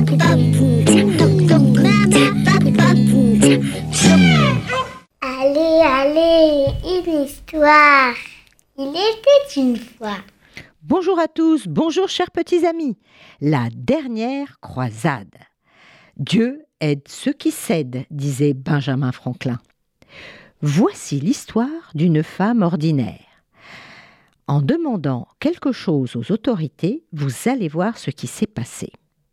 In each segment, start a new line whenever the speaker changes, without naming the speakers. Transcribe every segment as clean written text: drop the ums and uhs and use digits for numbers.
Allez, allez, une histoire. Il était une fois.
Bonjour à tous, bonjour chers petits amis. La dernière croisade. Dieu aide ceux qui cèdent, disait Benjamin Franklin. Voici l'histoire d'une femme ordinaire. En demandant quelque chose aux autorités, vous allez voir ce qui s'est passé.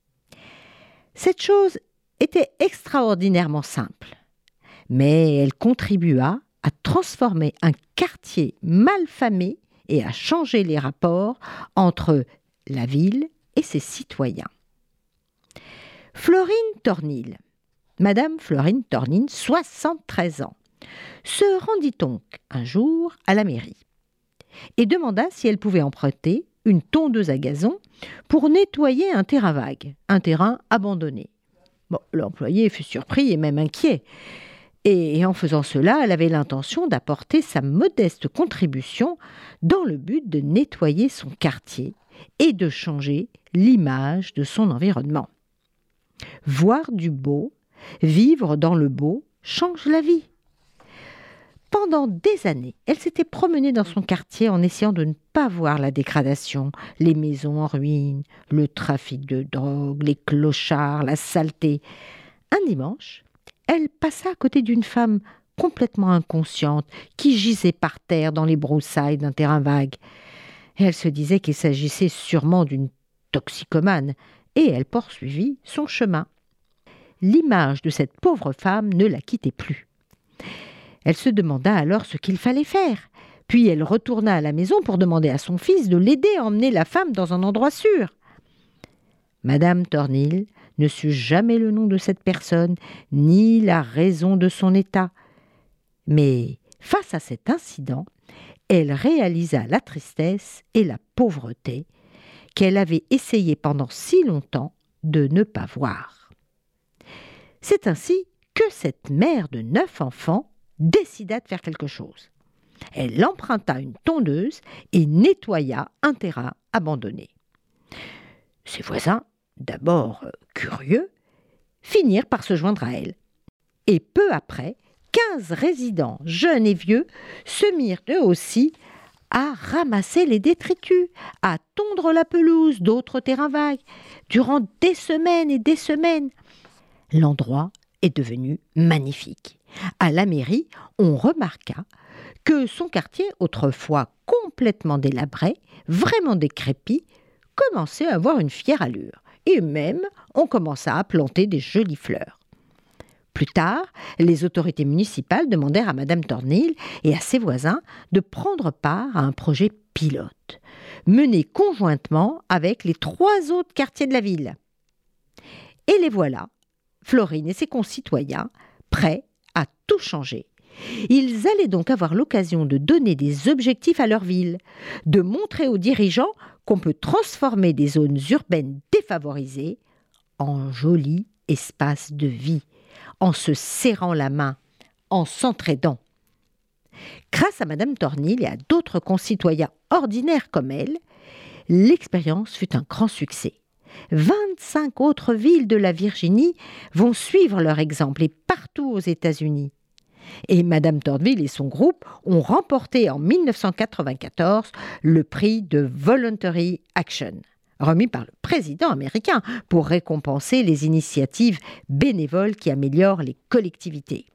Cette chose était extraordinairement simple, mais elle contribua à transformer un quartier malfamé et à changer les rapports entre la ville et ses citoyens. Florine Tornil, Madame Florine Tornil, 73 ans, se rendit donc un jour à la mairie et demanda si elle pouvait emprunter une tondeuse à gazon pour nettoyer un terrain vague, un terrain abandonné. L'employé fut surpris et même inquiet. Et en faisant cela, elle avait l'intention d'apporter sa modeste contribution dans le but de nettoyer son quartier et de changer l'image de son environnement. Voir du beau, vivre dans le beau, change la vie. Pendant des années, elle s'était promenée dans son quartier en essayant de ne pas voir la dégradation, les maisons en ruine, le trafic de drogue, les clochards, la saleté. Un dimanche, elle passa à côté d'une femme complètement inconsciente qui gisait par terre dans les broussailles d'un terrain vague. Et elle se disait qu'il s'agissait sûrement d'une toxicomane, et elle poursuivit son chemin. L'image de cette pauvre femme ne la quittait plus. Elle se demanda alors ce qu'il fallait faire. Puis elle retourna à la maison pour demander à son fils de l'aider à emmener la femme dans un endroit sûr. Madame Tornil ne sut jamais le nom de cette personne, ni la raison de son état. Mais face à cet incident, elle réalisa la tristesse et la pauvreté qu'elle avait essayé pendant si longtemps de ne pas voir. C'est ainsi que cette mère de 9 enfants décida de faire quelque chose. Elle emprunta une tondeuse et nettoya un terrain abandonné. Ses voisins, d'abord curieux, finirent par se joindre à elle. Et peu après, 15 résidents, jeunes et vieux, se mirent eux aussi à ramasser les détritus, à tondre la pelouse d'autres terrains vagues, durant des semaines et des semaines. L'endroit est devenu magnifique. À la mairie, on remarqua que son quartier, autrefois complètement délabré, vraiment décrépit, commençait à avoir une fière allure. Et même, on commença à planter des jolies fleurs. Plus tard, les autorités municipales demandèrent à Madame Tornil et à ses voisins de prendre part à un projet pilote, mené conjointement avec les 3 autres quartiers de la ville. Et les voilà, Florine et ses concitoyens, prêts à tout changer. Ils allaient donc avoir l'occasion de donner des objectifs à leur ville, de montrer aux dirigeants qu'on peut transformer des zones urbaines défavorisées en jolis espaces de vie, en se serrant la main, en s'entraidant. Grâce à Madame Tornil et à d'autres concitoyens ordinaires comme elle, l'expérience fut un grand succès. 25 autres villes de la Virginie vont suivre leur exemple et partout aux États-Unis. Et Madame Tornil et son groupe ont remporté en 1994 le prix de Voluntary Action, remis par le président américain pour récompenser les initiatives bénévoles qui améliorent les collectivités.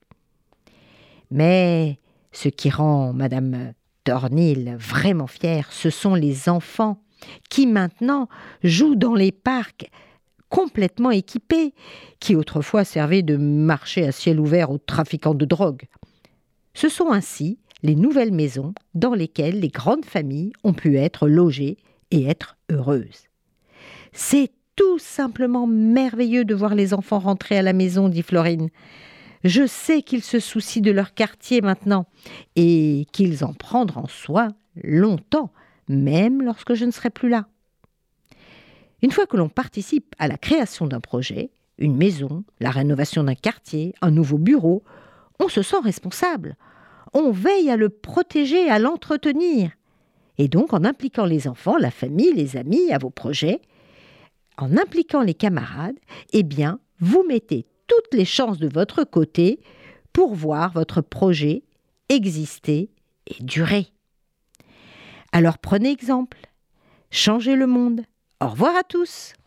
Mais ce qui rend Madame Tornil vraiment fière, ce sont les enfants qui maintenant jouent dans les parcs complètement équipés, qui autrefois servaient de marché à ciel ouvert aux trafiquants de drogue. Ce sont ainsi les nouvelles maisons dans lesquelles les grandes familles ont pu être logées et être heureuses. C'est tout simplement merveilleux de voir les enfants rentrer à la maison, dit Florine. Je sais qu'ils se soucient de leur quartier maintenant et qu'ils en prendront soin longtemps, même lorsque je ne serai plus là. Une fois que l'on participe à la création d'un projet, une maison, la rénovation d'un quartier, un nouveau bureau, on se sent responsable. On veille à le protéger, à l'entretenir. Et donc, en impliquant les enfants, la famille, les amis à vos projets, en impliquant les camarades, eh bien, vous mettez toutes les chances de votre côté pour voir votre projet exister et durer. Alors prenez exemple, changez le monde. Au revoir à tous.